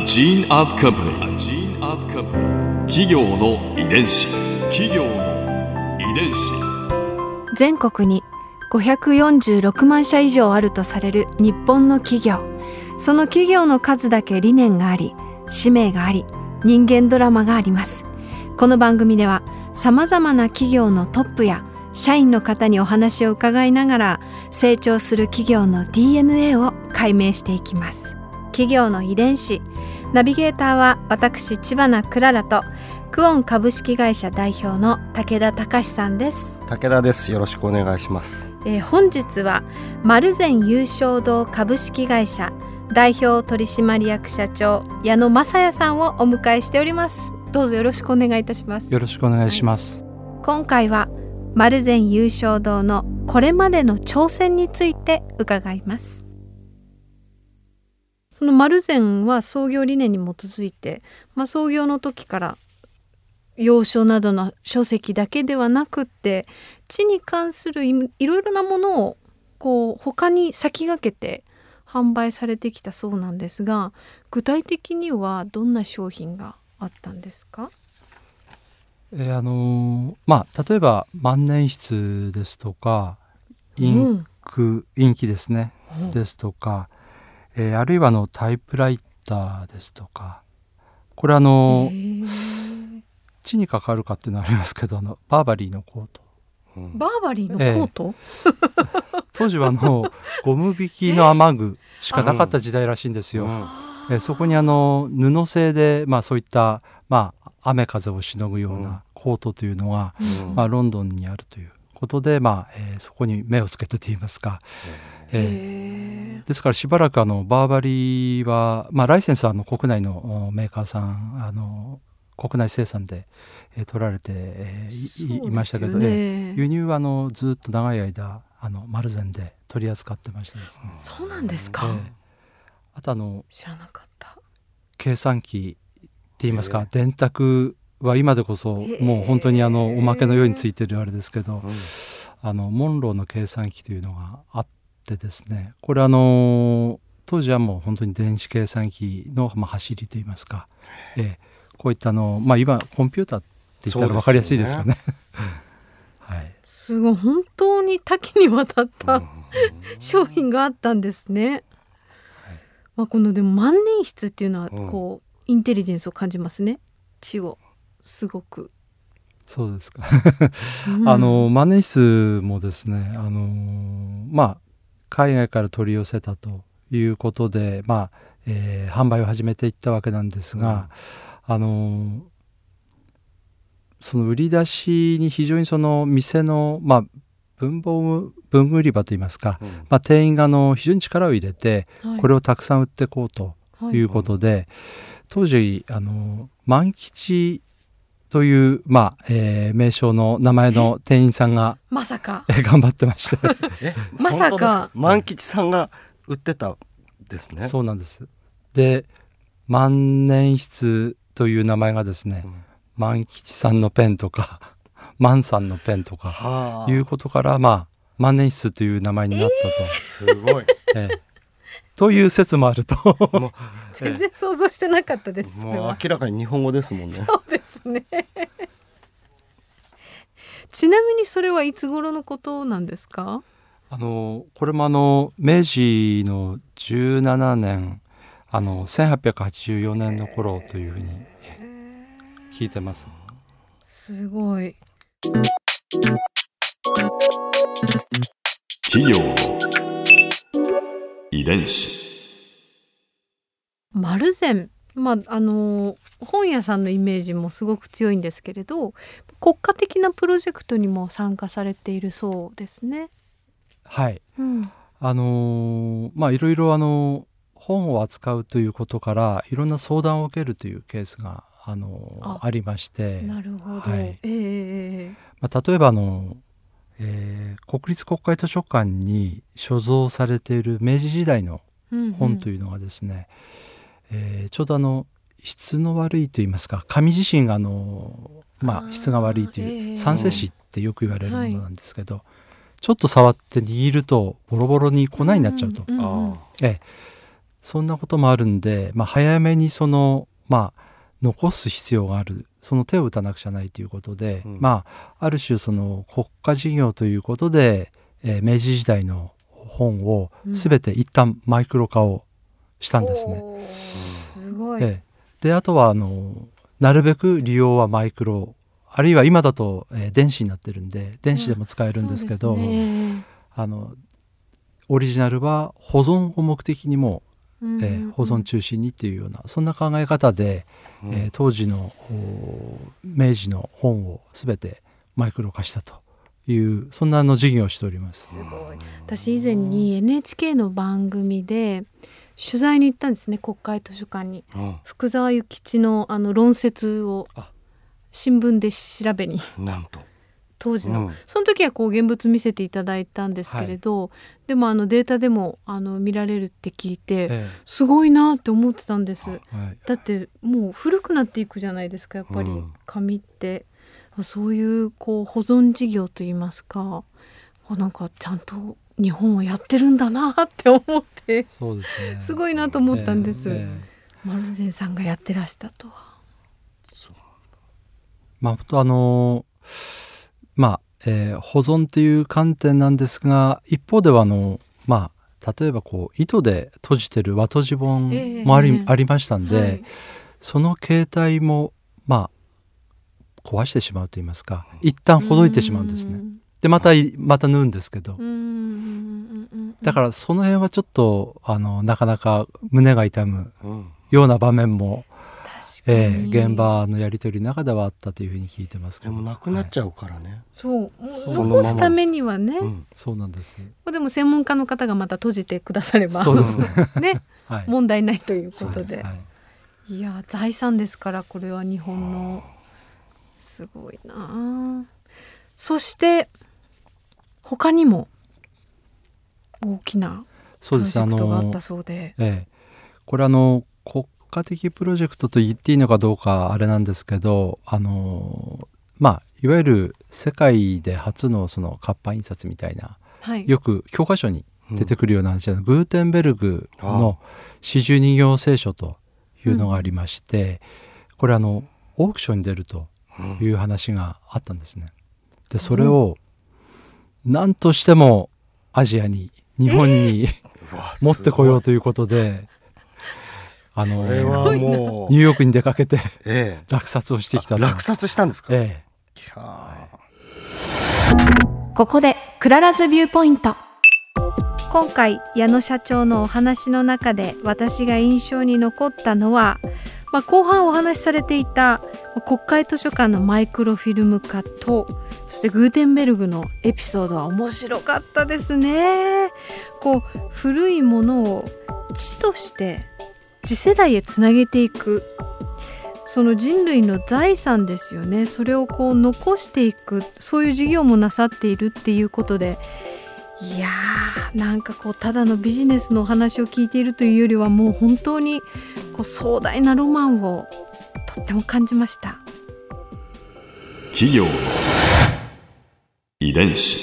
gene of company。 企業の遺伝子。 全国に546万社以上あるとされる日本の企業。その企業の数だけ理念があり、使命があり、人間ドラマがあります。この番組ではさまざまな企業のトップや社員の方にお話を伺いながら、成長する企業の DNA を解明していきます。企業の遺伝子。ナビゲーターは私知花くららと、クオン株式会社代表の武田隆さんです。 武田です。よろしくお願いします。 本日は丸善優勝堂株式会社代表取締役社長矢野正也さんをお迎えしております。どうぞよろしくお願いいたします。 よろしくお願いします。 今回は丸善優勝堂のこれまでの挑戦について伺います。その丸善は創業理念に基づいて、創業の時から洋書などの書籍だけではなくって、知に関するいろいろなものを他に先駆けて販売されてきたそうなんですが、具体的にはどんな商品があったんですか？ 例えば万年筆ですとかインキですね、ですとか、あるいはタイプライターですとか、これ地に関わるかっていうのはありますけど、バーバリーのコート、 バーバリーのコート、 当時はゴム引きの雨具しかなかった時代らしいんですよ。そこに布製で、そういった、雨風をしのぐようなコートというのが、ロンドンにあるということで、そこに目をつけてといいますか、ですからしばらくバーバリーは、ライセンスは国内のメーカーさん国内生産で、取られて、いましたけど、輸入はずっと長い間丸善で取り扱ってましたですね。 そうなんですか。 あと知らなかった。 計算機って言いますか、電卓は今でこそもう本当におまけのようについてるあれですけど、モンローの計算機というのがあってですね、これ当時はもう本当に電子計算機の、走りといいますか、こういった今コンピューターって言ったら分かりやすいですよね。 すごい、本当に多岐にわたった商品があったんですね。このでも万年筆っていうのはインテリジェンスを感じますね。知をすごく。 そうですか。万年筆もですね、海外から取り寄せたということで、販売を始めていったわけなんですが、その売り出しに非常に店の、文具売り場といいますか、店員が非常に力を入れて、これをたくさん売っていこうということで、当時万吉という、名称の名前の店員さんがまさか頑張ってましてまさか万吉さんが売ってたんですね。 そうなんです。で、万年筆という名前がですね、万吉さんのペンとか万さんのペンとかいうことから、万年筆という名前になったと、 すごい、 という説もあると全然想像してなかったです。 もう明らかに日本語ですもんね。 そうですね。ちなみにそれはいつ頃のことなんですか？ これも明治の17年1884年の頃というふうに聞いてます。 すごい。 企業の遺伝子。 丸善、本屋さんのイメージもすごく強いんですけれど、国家的なプロジェクトにも参加されているそうですね。 はい、いろいろ本を扱うということからいろんな相談を受けるというケースがありまして。 なるほど。 例えば国立国会図書館に所蔵されている明治時代の本というのがですね、ちょうど質の悪いといいますか、紙自身が質が悪いという酸性紙ってよく言われるものなんですけど、ちょっと触って握るとボロボロに粉になっちゃうと、 そんなこともあるんで、早めに残す必要がある、その手を打たなくちゃないということで、ある種その国家事業ということで、明治時代の本を全て一旦マイクロ化をしたんですね。 すごい。 であとはなるべく利用はマイクロ、あるいは今だと、電子になってるんで電子でも使えるんですけど、オリジナルは保存を目的にも、保存中心にっていうようなそんな考え方で、当時の明治の本を全てマイクロ化したというそんな事業をしております。 すごい。私以前に NHK の番組で取材に行ったんですね、国会図書館に。福沢諭吉の論説を新聞で調べになんと当時の、その時はこう現物見せていただいたんですけれど、でもデータでも見られるって聞いて、すごいなって思ってたんです、だってもう古くなっていくじゃないですか、やっぱり紙って、そういう保存事業といいますか、なんかちゃんと日本をやってるんだなって思って、 そうですね、 すごいなと思ったんです、丸善さんがやってらしたとは。 保存という観点なんですが、一方では例えば糸で閉じてる和閉じ本もありましたんで、その形態も壊してしまうといいますか、一旦ほどいてしまうんですね。でまた縫うんですけど、だからその辺はちょっとなかなか胸が痛むような場面も、現場のやり取りの中ではあったというふうに聞いてますけど、 でもなくなっちゃうからね、 そう残すためにはね、 そうなんです。 でも専門家の方がまた閉じてくださればそうですね、問題ないということで、いや財産ですから、これは日本のすごいな。そして他にも大きなプロジェクトがあったそうで、 これ国家的プロジェクトと言っていいのかどうかあれなんですけど、いわゆる世界で初のその活版印刷みたいな、よく教科書に出てくるような話、グーテンベルグの四十二行聖書というのがありまして、これオークションに出るという話があったんですね。でそれを何としてもアジアに、日本に持ってこようということで、ニューヨークに出かけて、落札をしてきた。 落札したんですか？ ここでクララズビューポイント。今回矢野社長のお話の中で私が印象に残ったのは、後半お話しされていた国会図書館のマイクロフィルム化と、そしてグーテンベルグのエピソードは面白かったですね。古いものを知として次世代へつなげていく、その人類の財産ですよね。それを残していく、そういう事業もなさっているっていうことで、いやー、なんかただのビジネスのお話を聞いているというよりは、もう本当に壮大なロマンをとっても感じました。 企業の遺伝子。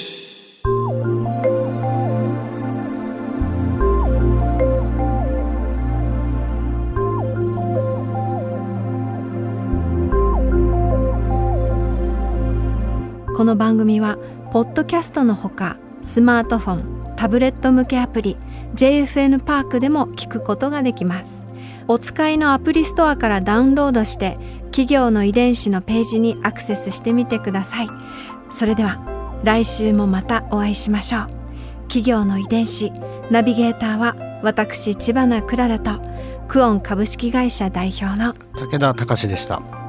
この番組はポッドキャストのほか、スマートフォン、タブレット向けアプリ JFN パークでも聞くことができます。お使いのアプリストアからダウンロードして企業の遺伝子のページにアクセスしてみてください。それでは来週もまたお会いしましょう。企業の遺伝子、ナビゲーターは私、知花くららとクオン株式会社代表の武田隆でした。